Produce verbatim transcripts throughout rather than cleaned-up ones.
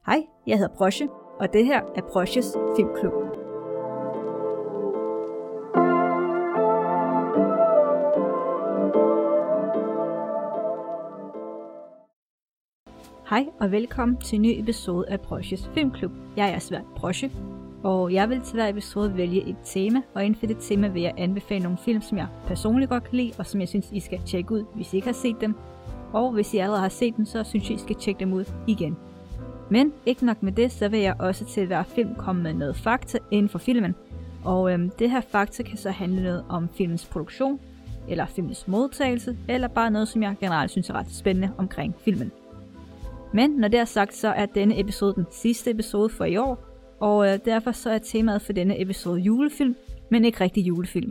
Hej, jeg hedder Brosje, og det her er Brosjes Filmklub. Hej og velkommen til en ny episode af Brosjes Filmklub. Jeg er svært Brosje, og jeg vil til hver episode vælge et tema, og inden for det tema vil jeg anbefale nogle film, som jeg personligt godt kan lide, og som jeg synes, I skal tjekke ud, hvis I ikke har set dem. Og hvis I allerede har set dem, så synes jeg, I skal tjekke dem ud igen. Men ikke nok med det, så vil jeg også til hver film komme med noget fakta inden for filmen. Og øhm, det her fakta kan så handle noget om filmens produktion, eller filmens modtagelse, eller bare noget, som jeg generelt synes er ret spændende omkring filmen. Men når det er sagt, så er denne episode den sidste episode for i år, og øh, derfor så er temaet for denne episode julefilm, men ikke rigtig julefilm.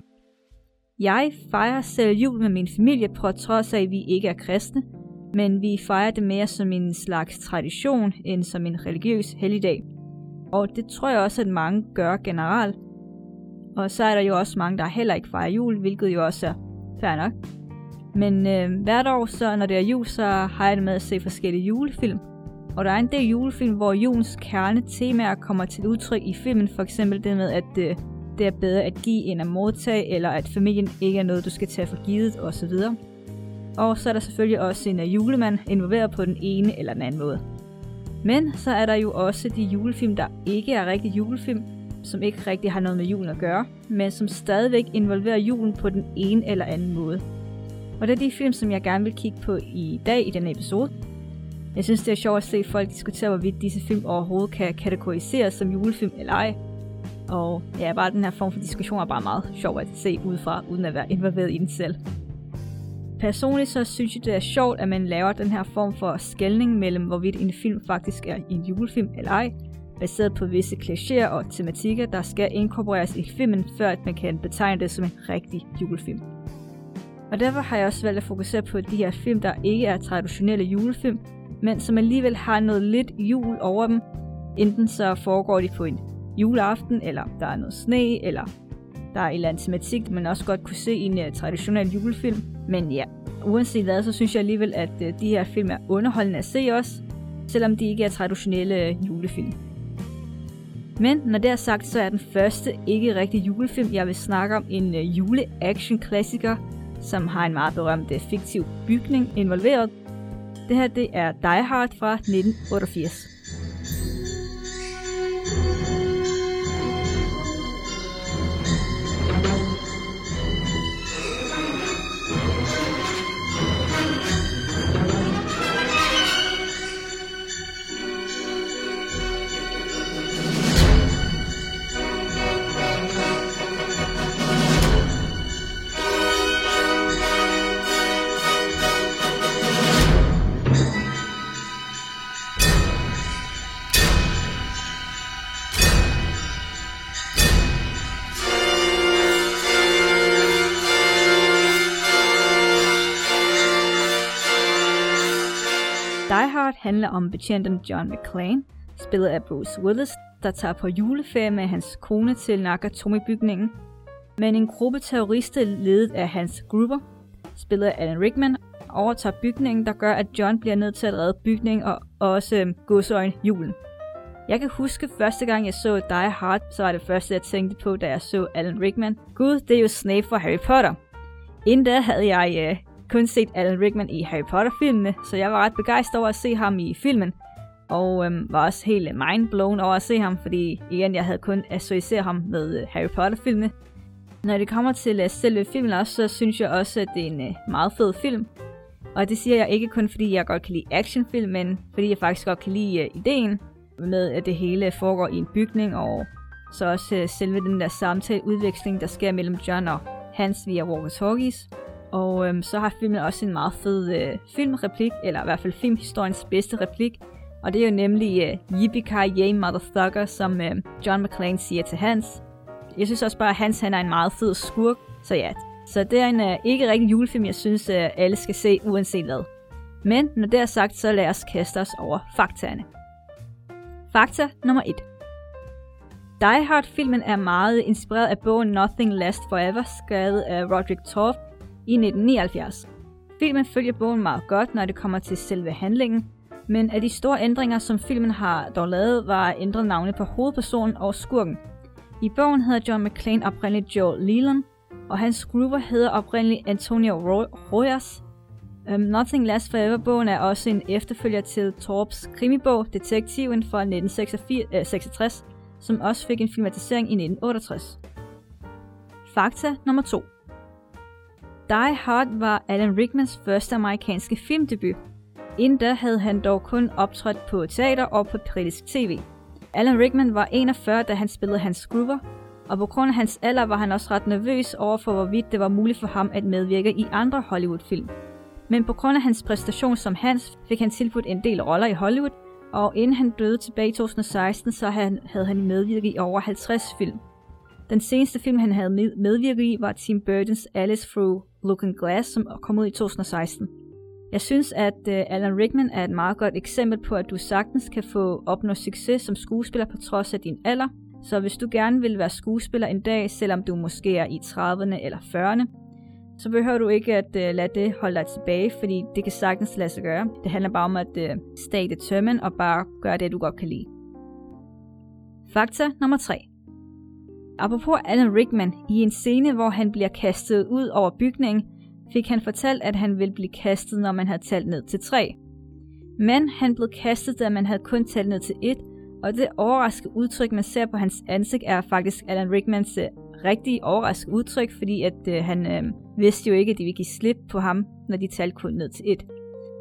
Jeg fejrer selv jul med min familie, på trods af at vi ikke er kristne, men vi fejrer det mere som en slags tradition, end som en religiøs helligdag. Og det tror jeg også, at mange gør generelt. Og så er der jo også mange, der heller ikke fejrer jul, hvilket jo også er fair nok. Men øh, hvert år, så når det er jul, så har jeg det med at se forskellige julefilm. Og der er en del julefilm, hvor julens kernetemaer kommer til udtryk i filmen. For eksempel det med, at øh, det er bedre at give end at modtage, eller at familien ikke er noget, du skal tage for givet osv. Og så er der selvfølgelig også en julemand involveret på den ene eller den anden måde. Men så er der jo også de julefilm, der ikke er rigtig julefilm, som ikke rigtig har noget med julen at gøre, men som stadigvæk involverer julen på den ene eller anden måde. Og det er de film, som jeg gerne vil kigge på i dag i denne episode. Jeg synes, det er sjovt at se folk diskutere, hvorvidt disse film overhovedet kan kategoriseres som julefilm eller ej. Og ja, bare den her form for diskussion er bare meget sjov at se udefra, uden at være involveret i den selv. Personligt så synes jeg, det er sjovt, at man laver den her form for skelning mellem, hvorvidt en film faktisk er en julefilm eller ej, baseret på visse klichéer og tematikker, der skal inkorporeres i filmen, før at man kan betegne det som en rigtig julefilm. Og derfor har jeg også valgt at fokusere på de her film, der ikke er traditionelle julefilm, men som alligevel har noget lidt jul over dem. Enten så foregår de på en juleaften, eller der er noget sne, eller der er en eller anden tematik, man også godt kunne se i en uh, traditionel julefilm. Men ja, uanset hvad, så synes jeg alligevel, at uh, de her film er underholdende at se også, selvom de ikke er traditionelle uh, julefilm. Men når det er sagt, så er den første ikke rigtig julefilm, jeg vil snakke om en uh, jule-action-klassiker, som har en meget berømt uh, fiktiv bygning involveret. Det her det er Die Hard fra nitten otteogfirs. Die Hard handler om betjenten John McClane, spillet af Bruce Willis, der tager på juleferie med hans kone til Nakatomi-bygningen. Men en gruppe terrorister ledet af Hans Gruber, spillet af Alan Rickman, overtager bygningen, der gør, at John bliver nødt til at redde bygningen og også øh, godsøjne julen. Jeg kan huske første gang jeg så Die Hard, så var det første jeg tænkte på, da jeg så Alan Rickman. Gud, det er jo Snape fra Harry Potter. Inden da havde jeg øh, kun set Alan Rickman i Harry Potter-filmene, så jeg var ret begejstret over at se ham i filmen. Og øhm, var også helt mindblown over at se ham, fordi igen, jeg havde kun associeret ham med uh, Harry Potter-filmene. Når det kommer til uh, selve filmen også, så synes jeg også, at det er en uh, meget fed film. Og det siger jeg ikke kun fordi jeg godt kan lide actionfilm, men fordi jeg faktisk godt kan lide uh, ideen med, at det hele foregår i en bygning, og så også uh, selve den der samtaleudveksling, der sker mellem John og Hans via walkie-talkies. Og øhm, så har filmen også en meget fed øh, filmreplik, eller i hvert fald filmhistoriens bedste replik. Og det er jo nemlig øh, Yippee-ki-yay motherfucker, som øh, John McClane siger til Hans. Jeg synes også bare, at Hans han er en meget fed skurk. Så ja, så det er en øh, ikke rigtig julefilm, jeg synes øh, alle skal se, uanset hvad. Men når det er sagt, så lad os kaste os over faktaerne. Fakta nummer et. Die Hard-filmen er meget inspireret af bogen Nothing Lasts Forever, skrevet af Roderick Torf i nitten nioghalvfjerds. Filmen følger bogen meget godt, når det kommer til selve handlingen, Men af de store ændringer, som filmen har dog lavet, var at ændre navne på hovedpersonen og skurken. I bogen hedder John McClane oprindeligt Joel Leland, og hans Scroover hedder oprindeligt Antonio Rojas. Um, Nothing Lasts Forever-bogen er også en efterfølger til Torps krimibog Detektiven fra nitten seksogtres, som også fik en filmatisering i nitten otteogtres. Fakta nummer to. Die Hard var Alan Rickmans første amerikanske filmdebut. Inden da havde han dog kun optrådt på teater og på britisk tv. Alan Rickman var enogfyrre, da han spillede Hans Scroover, og på grund af hans alder var han også ret nervøs over for, hvorvidt det var muligt for ham at medvirke i andre Hollywood-film. Men på grund af hans præstation som Hans, fik han tilbudt en del roller i Hollywood, og inden han døde tilbage i to tusind og seksten, så havde han medvirket i over halvtreds film. Den seneste film, han havde medvirket i, var Tim Burtons Alice Through Looking Glass, som kom ud i to tusind og seksten. Jeg synes, at uh, Alan Rickman er et meget godt eksempel på, at du sagtens kan få opnå succes som skuespiller på trods af din alder. Så hvis du gerne vil være skuespiller en dag, selvom du måske er i trediverne eller fyrrerne, så behøver du ikke at uh, lade det holde dig tilbage, fordi det kan sagtens lade sig gøre. Det handler bare om at uh, stay determined og bare gøre det, du godt kan lide. Fakta nummer tre. Apropos Alan Rickman, i en scene, hvor han bliver kastet ud over bygningen, fik han fortalt, at han ville blive kastet, når man havde talt ned til tre. Men han blev kastet, da man havde kun talt ned til et, og det overraskende udtryk, man ser på hans ansigt, er faktisk Alan Rickmans uh, rigtige overraskende udtryk, fordi at uh, han uh, vidste jo ikke, at de ville give slip på ham, når de talte kun ned til et.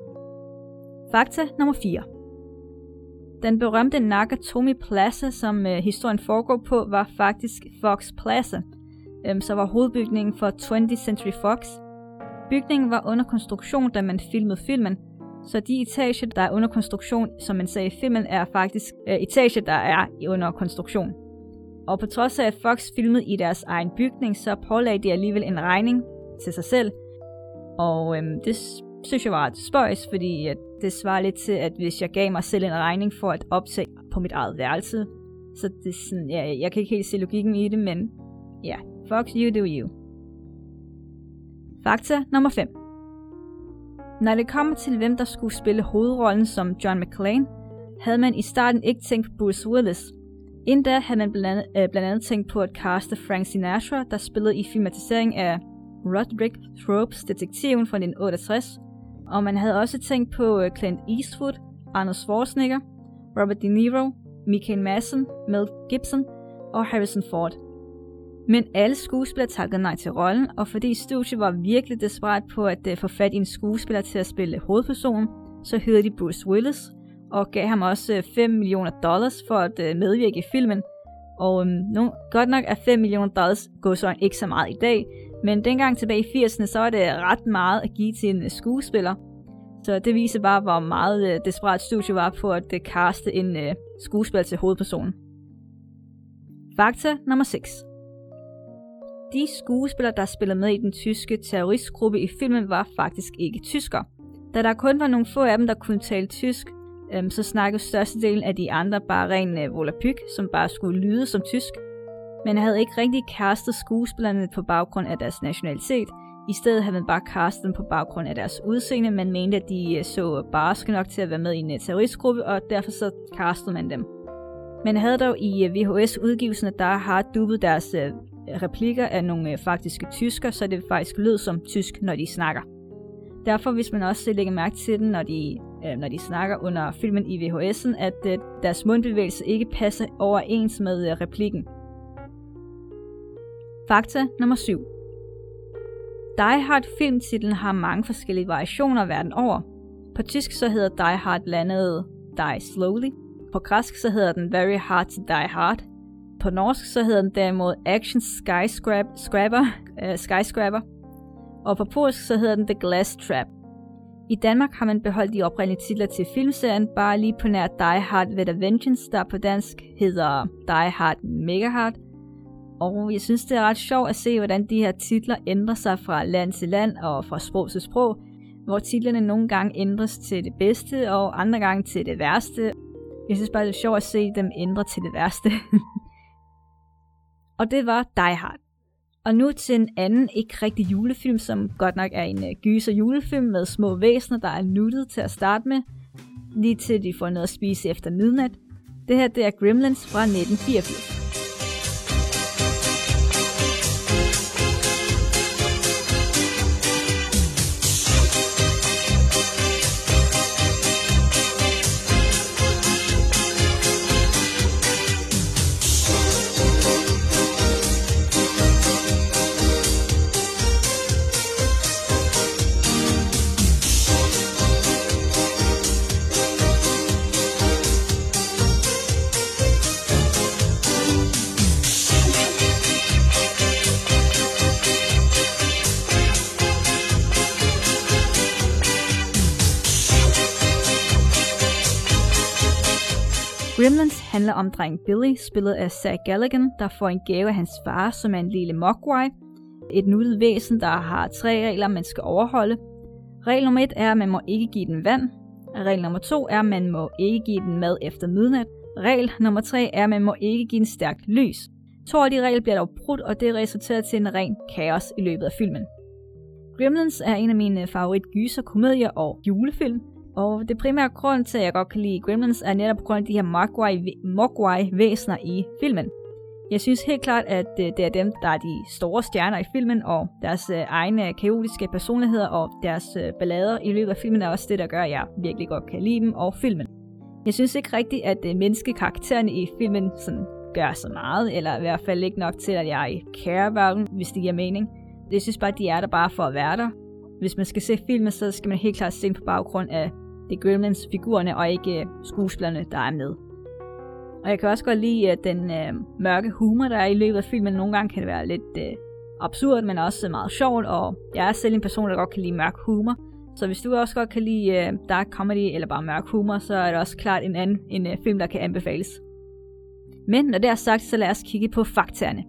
Fakta nummer fire. Den berømte Nakatomi Plaza, som uh, historien foregår på, var faktisk Fox Plaza, um, så var hovedbygningen for twentieth Century Fox. Bygningen var under konstruktion, da man filmede filmen, så de etager, der er under konstruktion, som man sagde i filmen, er faktisk uh, etager, der er under konstruktion. Og på trods af, at Fox filmede i deres egen bygning, så pålagde de alligevel en regning til sig selv. Og øhm, det synes jeg var ret spøjs, fordi at det svarer lidt til, at hvis jeg gav mig selv en regning for at optage på mit eget værelse. Så det er sådan, ja, jeg kan ikke helt se logikken i det, men ja, Fox, you do you. Fakta nummer fem. Når det kommer til, hvem der skulle spille hovedrollen som John McClane, havde man i starten ikke tænkt på Bruce Willis. Inden da havde man blandt andet, øh, blandt andet tænkt på at caste Frank Sinatra, der spillede i filmatisering af Roderick Thropes Detektiven fra nitten otteogtres, og man havde også tænkt på øh, Clint Eastwood, Arnold Schwarzenegger, Robert De Niro, Michael Madsen, Mel Gibson og Harrison Ford. Men alle skuespillere takkede nej til rollen, og fordi studiet var virkelig desperat på at uh, få fat i en skuespiller til at spille hovedpersonen, så hørte de Bruce Willis og gav ham også uh, fem millioner dollars for at uh, medvirke i filmen. Og um, no, godt nok er fem millioner dollars går så ikke så meget i dag, men dengang tilbage i firserne, så var det ret meget at give til en uh, skuespiller. Så det viser bare, hvor meget uh, desperat studiet var på at uh, caste en uh, skuespiller til hovedpersonen. Fakta nummer seks. De skuespillere, der spillede med i den tyske terroristgruppe i filmen, var faktisk ikke tyskere. Da der kun var nogle få af dem, der kunne tale tysk, øhm, så snakkede størstedelen af de andre bare ren øh, volapyk, som bare skulle lyde som tysk. Men havde ikke rigtig castet skuespillerne på baggrund af deres nationalitet. I stedet havde man bare castet dem på baggrund af deres udseende. Man mente, at de øh, så barske nok til at være med i en terroristgruppe, og derfor så castede man dem. Men havde dog i øh, V H S-udgivelsen, der har dubbet deres øh, replikker af nogle øh, faktiske tysker, så det faktisk lød som tysk, når de snakker. Derfor hvis man også lægger mærke til den, når de, øh, når de snakker under filmen i V H S'en, at øh, deres mundbevægelse ikke passer overens med øh, replikken. Fakta nummer syv. Die Hard filmtitlen har mange forskellige variationer verden over. På tysk så hedder Die Hard blandet Die Slowly. På græsk så hedder den Very Hard to Die Hard. På norsk så hedder den derimod Action Skyscraper, uh, Skyscraper. Og på polsk så hedder den The Glass Trap. I Danmark har man beholdt de oprindelige titler til filmserien, bare lige på nær Die Hard with a Vengeance, der på dansk hedder Die Hard Mega Hard. Og jeg synes det er ret sjovt at se, hvordan de her titler ændrer sig fra land til land og fra sprog til sprog, hvor titlerne nogle gange ændres til det bedste og andre gange til det værste. Jeg synes bare det er sjovt at se dem ændre til det værste. Og det var Die Hard. Og nu til en anden ikke rigtig julefilm, som godt nok er en uh, gyser julefilm med små væsener, der er nuttet til at starte med. lige til de får noget at spise efter midnat. Det her det er Gremlins fra nitten fireogfirs. Gremlins handler om dreng Billy, spillet af Zach Galligan, der får en gave af hans far, som er en lille mogwai. Et nuttet væsen, der har tre regler, man skal overholde. Regel nummer et er, at man må ikke give den vand. Regel nummer to er, at man må ikke give den mad efter midnat. Regel nummer tre er, at man må ikke give den stærkt lys. To af de regler bliver dog brudt, og det resulterer til en ren kaos i løbet af filmen. Gremlins er en af mine favorit gyser, komedier og julefilm. Og det primære grund til, at jeg godt kan lide Gremlins, er netop på grund af de her mogwai-væsener i filmen. Jeg synes helt klart, at det er dem, der er de store stjerner i filmen, og deres egne kaotiske personligheder og deres ballader i løbet af filmen er også det, der gør, at jeg virkelig godt kan lide dem og filmen. Jeg synes ikke rigtigt, at menneskekaraktererne i filmen sådan gør så meget, eller i hvert fald ikke nok til, at jeg care about dem, hvis det giver mening. Jeg synes bare, at de er der bare for at være der. Hvis man skal se filmen, så skal man helt klart se den på baggrund af det Gremlins-figurerne, og ikke skuespillerne, der er med. Og jeg kan også godt lide at den øh, mørke humor, der er i løbet af filmen. Nogle gange kan det være lidt øh, absurd, men også meget sjovt, og jeg er selv en person, der godt kan lide mørk humor. Så hvis du også godt kan lide øh, dark comedy eller bare mørk humor, så er det også klart en anden en, øh, film, der kan anbefales. Men når det er sagt, så lad os kigge på faktaerne.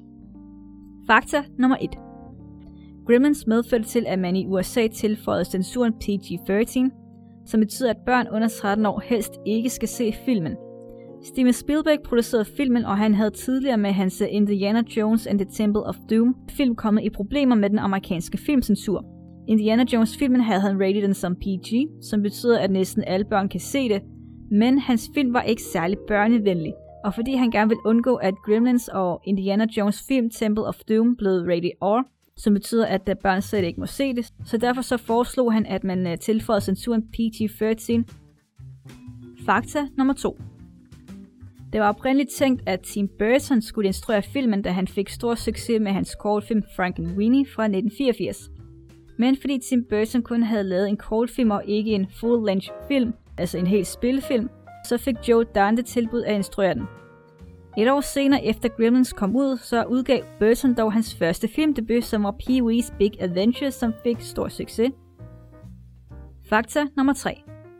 Fakta nummer et. Gremlins medførte til, at man i U S A tilføjede censuren P G tretten, som betyder, at børn under tretten år helst ikke skal se filmen. Steven Spielberg producerede filmen, og han havde tidligere med hans Indiana Jones and the Temple of Doom film kommet i problemer med den amerikanske filmcensur. Indiana Jones-filmen havde han rated den som P G, som betyder, at næsten alle børn kan se det, men hans film var ikke særlig børnevenlig. Og fordi han gerne ville undgå, at Gremlins og Indiana Jones film Temple of Doom blev rated R, som betyder, at børn slet ikke må se det. Så derfor så foreslog han, at man tilføjede censuren P G tretten. Fakta nummer to. Det var oprindeligt tænkt, at Tim Burton skulle instruere filmen, da han fik stor succes med hans kortfilm Frankenweenie fra nitten fireogfirs. Men fordi Tim Burton kun havde lavet en kortfilm og ikke en full-length film, altså en hel spillefilm, så fik Joe Dante tilbud at instruere den. Et år senere efter Gremlins kom ud, så udgav Burton dog hans første filmdebut, som var Pee-wee's Big Adventure, som fik stor succes. Fakta nummer tre.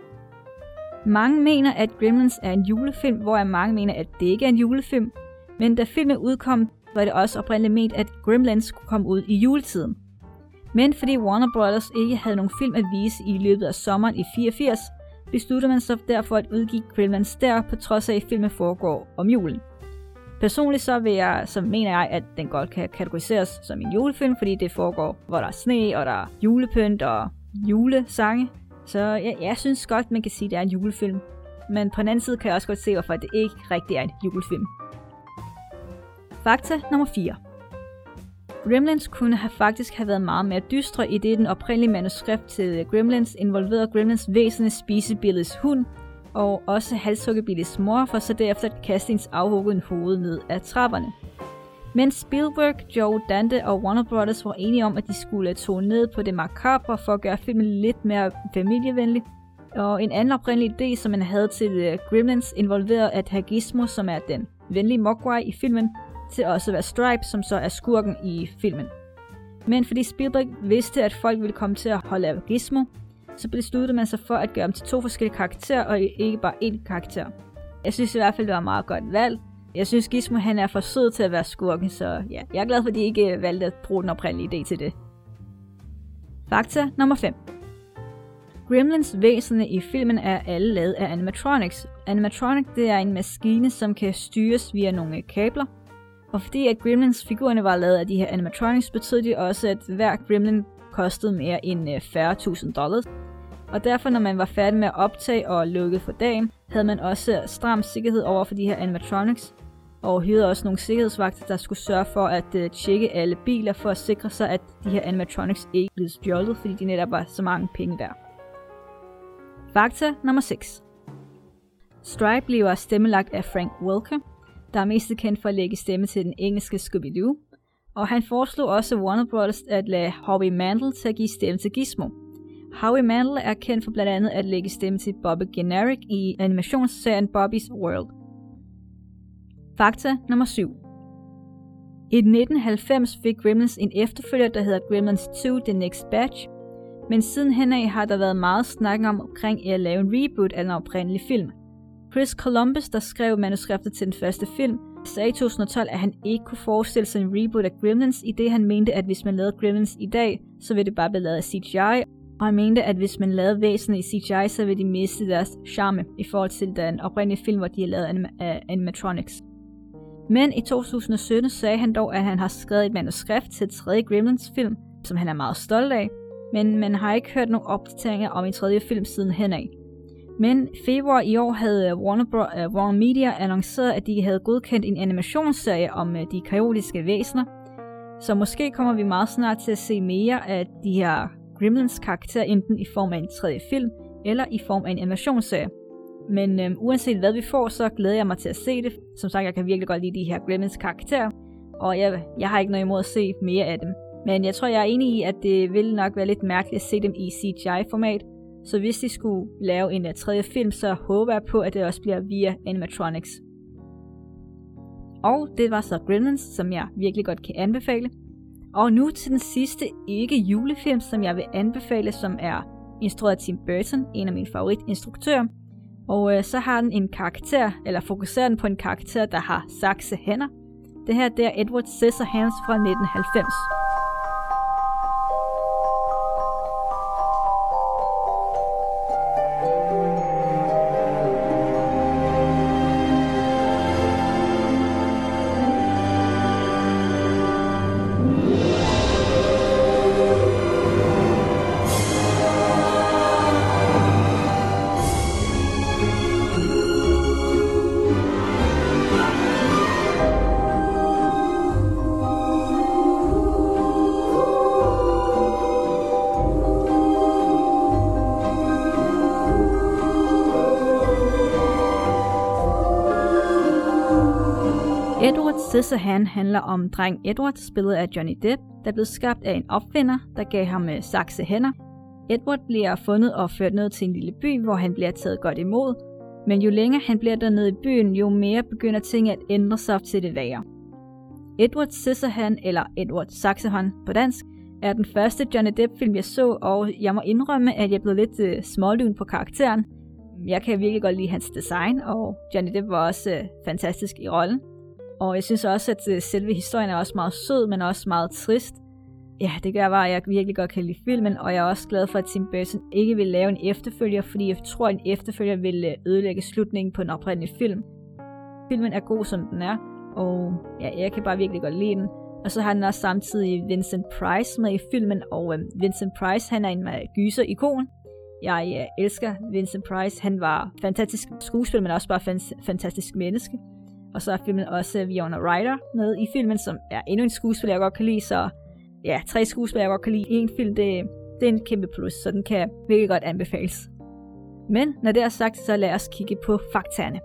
Mange mener, at Gremlins er en julefilm, hvor mange mener, at det ikke er en julefilm. Men da filmen udkom, var det også oprindeligt ment, at Gremlins skulle komme ud i juletiden. Men fordi Warner Brothers ikke havde nogen film at vise i løbet af sommeren i fireogfirs, besluttede man så derfor at udgive Gremlins der, på trods af at filmen foregår om julen. Personligt så, vil jeg, så mener jeg, at den godt kan kategoriseres som en julefilm, fordi det foregår, hvor der er sne, og der er julepynt og julesange. Så jeg, jeg synes godt, man kan sige, at det er en julefilm. Men på den anden side kan jeg også godt se, hvorfor det ikke rigtig er en julefilm. Fakta nummer fire. Gremlins kunne have faktisk have været meget mere dystre, i det den oprindelige manuskript til Gremlins involverede Gremlins væsentligt spise Billys hund, og også halshugge Billys mor, for så derefter at kaste hendes afhuggede hoved ned ad trapperne. Men Spielberg, Joe Dante og Warner Brothers var enige om, at de skulle tone ned på det makabre for at gøre filmen lidt mere familievenlig. Og en anden oprindelig idé, som man havde til Gremlins, involverede at have Gizmo, som er den venlige mogwai i filmen, til også at være Stripe, som så er skurken i filmen. Men fordi Spielberg vidste, at folk ville komme til at holde af Gizmo, så besluttede man sig for at gøre dem til to forskellige karakterer, og ikke bare én karakter. Jeg synes i hvert fald, det var et meget godt valg. Jeg synes, Gizmo han er for sød til at være skurken, så ja, jeg er glad for, at de ikke valgte at bruge den oprindelige idé til det. Fakta nummer fem. Gremlins væsener i filmen er alle lavet af animatronics. Animatronic det er en maskine, som kan styres via nogle kabler. Og fordi at Gremlins figurerne var lavet af de her animatronics, betød det også, at hver Gremlin kostede mere end fyrre tusind dollars. Og derfor, når man var færdig med at optage og lukket for dagen, havde man også stram sikkerhed over for de her animatronics, og hyrede også nogle sikkerhedsvagter, der skulle sørge for at uh, tjekke alle biler, for at sikre sig, at de her animatronics ikke blev stjålet, fordi de netop var så mange penge værd. Fakta nummer seks. Stripe bliver stemmelagt af Frank Welker, der er mest kendt for at lægge stemme til den engelske Scooby-Doo, og han foreslog også Warner Bros. At lade Howie Mandel til at give stemme til Gizmo. Howie Mandel er kendt for blandt andet at lægge stemme til Bobby Generic i animationsserien Bobby's World. Fakta nummer syv. I nitten halvfems fik Gremlins en efterfølger, der hedder Gremlins to The Next Batch, men siden henad har der været meget snak om omkring at lave en reboot af den oprindelige film. Chris Columbus, der skrev manuskriptet til den første film, sagde i to tusind og tolv, at han ikke kunne forestille sig en reboot af Gremlins, i det han mente, at hvis man lavede Gremlins i dag, så ville det bare blive lavet af C G I, og han mente, at hvis man lavede væsenet i C G I, så ville de miste deres charme i forhold til den oprindelige film, hvor de har lavet anima- af animatronics. Men i to tusind og sytten sagde han dog, at han har skrevet et manuskript til et tredje Gremlins-film, som han er meget stolt af, men man har ikke hørt nogen opdateringer om en tredje film siden henad. Men i februar i år havde Warner, Bro- uh, Warner Media annonceret, at de havde godkendt en animationsserie om uh, de kaotiske væsener, så måske kommer vi meget snart til at se mere af de her Gremlins karakterer, enten i form af en tredje film, eller i form af en animationsserie. Men øhm, uanset hvad vi får, så glæder jeg mig til at se det. Som sagt, jeg kan virkelig godt lide de her Gremlins karakterer, og jeg, jeg har ikke noget imod at se mere af dem. Men jeg tror, jeg er enig i, at det ville nok være lidt mærkeligt at se dem i C G I-format. Så hvis de skulle lave en uh, tredje film, så håber jeg på, at det også bliver via animatronics. Og det var så Gremlins, som jeg virkelig godt kan anbefale. Og nu til den sidste ikke-julefilm, som jeg vil anbefale, som er instrueret af Tim Burton, en af mine favoritinstruktører. Og øh, så har den en karakter, eller fokuserer den på en karakter, der har sakse hænder. Det her det er Edward Scissorhands fra nitten halvfems. Edward Scissorhands handler om dreng Edward, spillet af Johnny Depp, der blev skabt af en opfinder, der gav ham sakse hænder. Edward bliver fundet og ført ned til en lille by, hvor han bliver taget godt imod, men jo længere han bliver dernede i byen, jo mere begynder ting at ændre sig til det værre. Edward Scissorhands, eller Edward Saxehånd på dansk, er den første Johnny Depp-film, jeg så, og jeg må indrømme, at jeg blev lidt uh, smålyn på karakteren. Jeg kan virkelig godt lide hans design, og Johnny Depp var også uh, fantastisk i rollen. Og jeg synes også, at uh, selve historien er også meget sød, men også meget trist. Ja, det gør bare, at jeg virkelig godt kan lide filmen, og jeg er også glad for, at Tim Burton ikke vil lave en efterfølger, fordi jeg tror, at en efterfølger vil ødelægge slutningen på en oprindelig film. Filmen er god, som den er, og ja, jeg kan bare virkelig godt lide den. Og så har den også samtidig Vincent Price med i filmen, og øh, Vincent Price, han er en gyser-ikon. Jeg øh, elsker Vincent Price, han var fantastisk skuespiller, men også bare fan- fantastisk menneske. Og så er filmen også Winona Ryder med i filmen, som er endnu en skuespiller, jeg godt kan lide, så ja, tre skuespillere, jeg godt kan lide. En film, det, det er en kæmpe plus, så den kan virkelig godt anbefales. Men når det er sagt, så lad os kigge på faktaerne.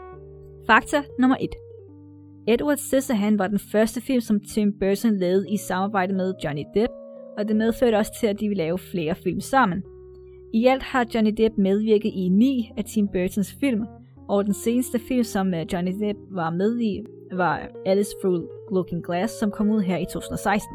Fakta nummer et. Edward Scissorhands var den første film, som Tim Burton lavede i samarbejde med Johnny Depp, og det medførte også til, at de ville lave flere film sammen. I alt har Johnny Depp medvirket i ni af Tim Burtons film, og den seneste film, som Johnny Depp var med i, var Alice Through Looking Glass, som kom ud her i to tusind og seksten.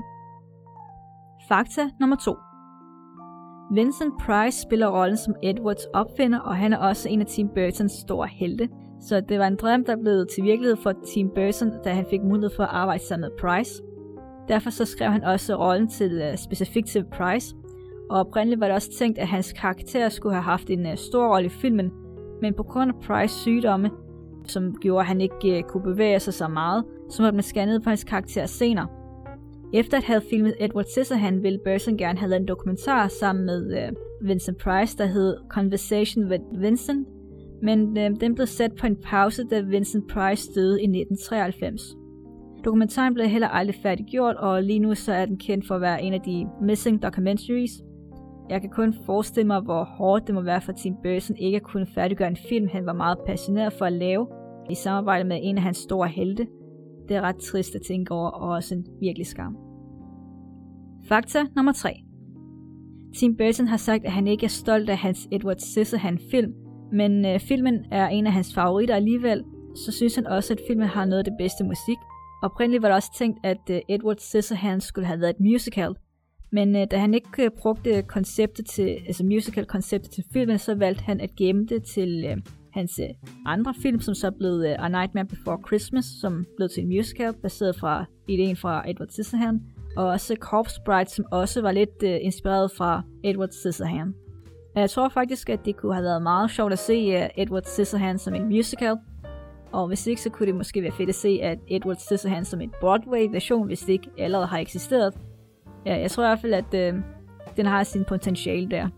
Fakta nummer to. Vincent Price spiller rollen som Edwards opfinder, og han er også en af Tim Burtons store helte. Så det var en drøm, der blev til virkelighed for Tim Burton, da han fik mulighed for at arbejde sammen med Price. Derfor så skrev han også rollen til, uh, specifikt til Price, og oprindeligt var det også tænkt, at hans karakter skulle have haft en uh, stor rolle i filmen, men på grund af Price sygdomme, som gjorde, at han ikke uh, kunne bevæge sig så meget, så måtte man skære ned på hans karakter senere. Efter at have filmet Edward Scissorhands, ville Burton gerne have lavet en dokumentar sammen med uh, Vincent Price, der hed Conversation with Vincent, men øh, den blev sat på en pause, da Vincent Price døde i nitten treoghalvfems. Dokumentaren blev heller aldrig færdiggjort, og lige nu så er den kendt for at være en af de missing documentaries. Jeg kan kun forestille mig, hvor hårdt det må være for Tim Burton ikke at kunne færdiggøre en film, han var meget passioneret for at lave, i samarbejde med en af hans store helte. Det er ret trist at tænke over, og også en virkelig skam. Fakta nummer tre. Tim Burton har sagt, at han ikke er stolt af hans Edward Scissorhands-film, men øh, filmen er en af hans favoritter alligevel, så synes han også, at filmen har noget af det bedste musik. Oprindeligt var det også tænkt, at øh, Edward Scissorhands skulle have været et musical, men øh, da han ikke øh, brugte konceptet til, altså musical-konceptet til filmen, så valgte han at gemme det til øh, hans øh, andre film, som så blev øh, A Nightmare Before Christmas, som blev til en musical, baseret fra ideen fra Edward Scissorhands, og også Corpse Bride, som også var lidt øh, inspireret fra Edward Scissorhands. Jeg tror faktisk, at det kunne have været meget sjovt at se uh, Edward Scissorhands som en musical, og hvis ikke, så kunne det måske være fedt at se at Edward Scissorhands som en Broadway-version, hvis det ikke allerede har eksisteret. Ja, jeg tror i hvert fald, at øh, den har sin potentiale der.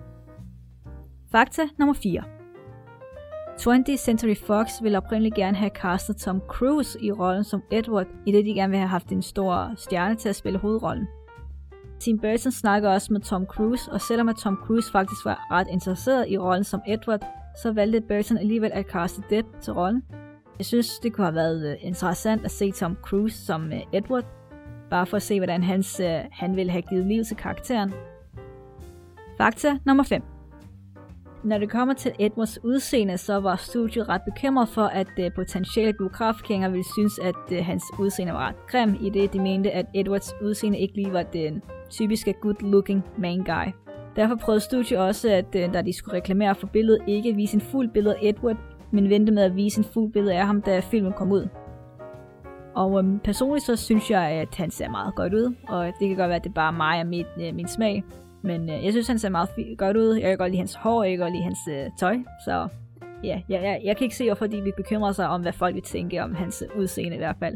Fakta nummer fire. twentieth Century Fox ville oprindeligt gerne have castet Tom Cruise i rollen som Edward, i det de gerne ville have haft en stor stjerne til at spille hovedrollen. Tim Burton snakker også med Tom Cruise, og selvom at Tom Cruise faktisk var ret interesseret i rollen som Edward, så valgte Burton alligevel at caste Depp til rollen. Jeg synes, det kunne have været interessant at se Tom Cruise som Edward, bare for at se, hvordan hans, uh, han ville have givet liv til karakteren. Fakta nummer fem. Når det kommer til Edwards udseende, så var studiet ret bekymret for, at uh, potentielle biografgængere ville synes, at uh, hans udseende var ret grim, i det de mente, at Edwards udseende ikke lige var den typiske good-looking main guy. Derfor prøvede studiet også, at uh, da de skulle reklamere for billedet, ikke vise en fuld billede af Edward, men vente med at vise en fuld billede af ham, da filmen kom ud. Og um, personligt så synes jeg, at han ser meget godt ud, og det kan godt være, at det bare er mig og mit, uh, min smag. Men uh, jeg synes, han ser meget f- godt ud. Jeg kan godt lide hans hår, jeg kan godt lide hans uh, tøj. Så ja, jeg, jeg, jeg kan ikke se, hvorfor de vil bekymre sig om, hvad folk vil tænke om hans uh, udseende i hvert fald.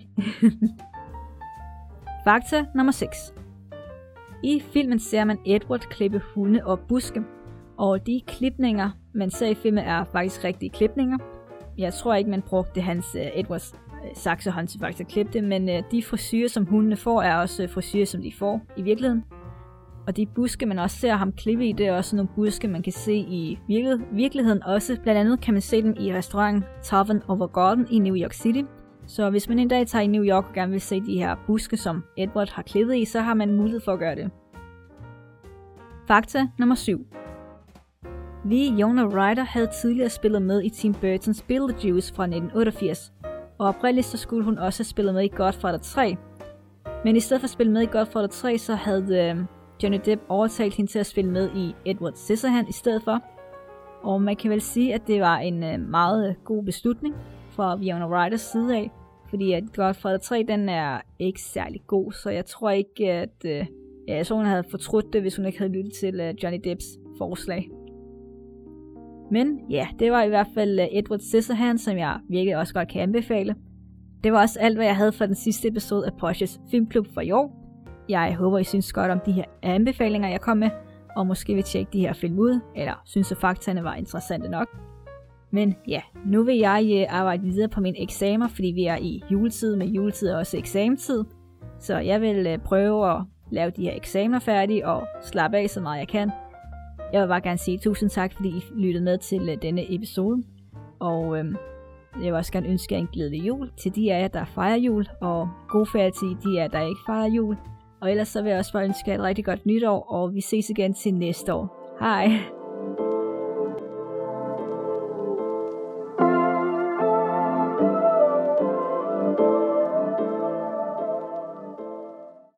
Fakta nummer seks. I filmen ser man Edward klippe hunde og buske, og de klipninger, man ser i filmen, er faktisk rigtige klipninger. Jeg tror ikke, man brugte hans uh, Edwards uh, saksehånd til faktisk at klippe det, men uh, de frisyrer, som hundene får, er også uh, frisyrer, som de får i virkeligheden. Og de buske, man også ser ham klippe i, det er også nogle buske, man kan se i virkel- virkeligheden også. Blandt andet kan man se dem i restauranten Tavern Over Garden i New York City. Så hvis man en dag tager i New York og gerne vil se de her buske, som Edward har klippet i, så har man mulighed for at gøre det. Fakta nummer syv. Winona Ryder havde tidligere spillet med i Tim Burtons Beetlejuice fra nitten otteogfirs, og oprindeligt så skulle hun også have spillet med i Godfather tre. Men i stedet for at spille med i Godfather tre, så havde øh, Johnny Depp overtalt hende til at spille med i Edward Scissorhands i stedet for. Og man kan vel sige, at det var en øh, meget god beslutning fra Winona Ryders side af, fordi at Godfather tre, den er ikke særlig god, så jeg tror ikke, at øh, ja, jeg så, hun havde fortrudt det, hvis hun ikke havde lyttet til øh, Johnny Depps forslag. Men ja, det var i hvert fald uh, Edward Scissorhands, som jeg virkelig også godt kan anbefale. Det var også alt, hvad jeg havde for den sidste episode af Porsches Filmklub for i år. Jeg håber, I synes godt om de her anbefalinger, jeg kom med, og måske vil tjekke de her film ud, eller synes, at faktaene var interessante nok. Men ja, nu vil jeg uh, arbejde videre på mine eksamener, fordi vi er i juletid, med juletid er også eksamentid. Så jeg vil uh, prøve at lave de her eksamener færdige og slappe af så meget jeg kan. Jeg vil bare gerne sige tusind tak, fordi I lyttede med til uh, denne episode. Og øhm, jeg vil også gerne ønske jer en glædelig jul til de af jer, der fejrer jul. Og god ferie til de af jer, der ikke fejrer jul. Og ellers så vil jeg også bare ønske jer et rigtig godt nytår, og vi ses igen til næste år. Hej!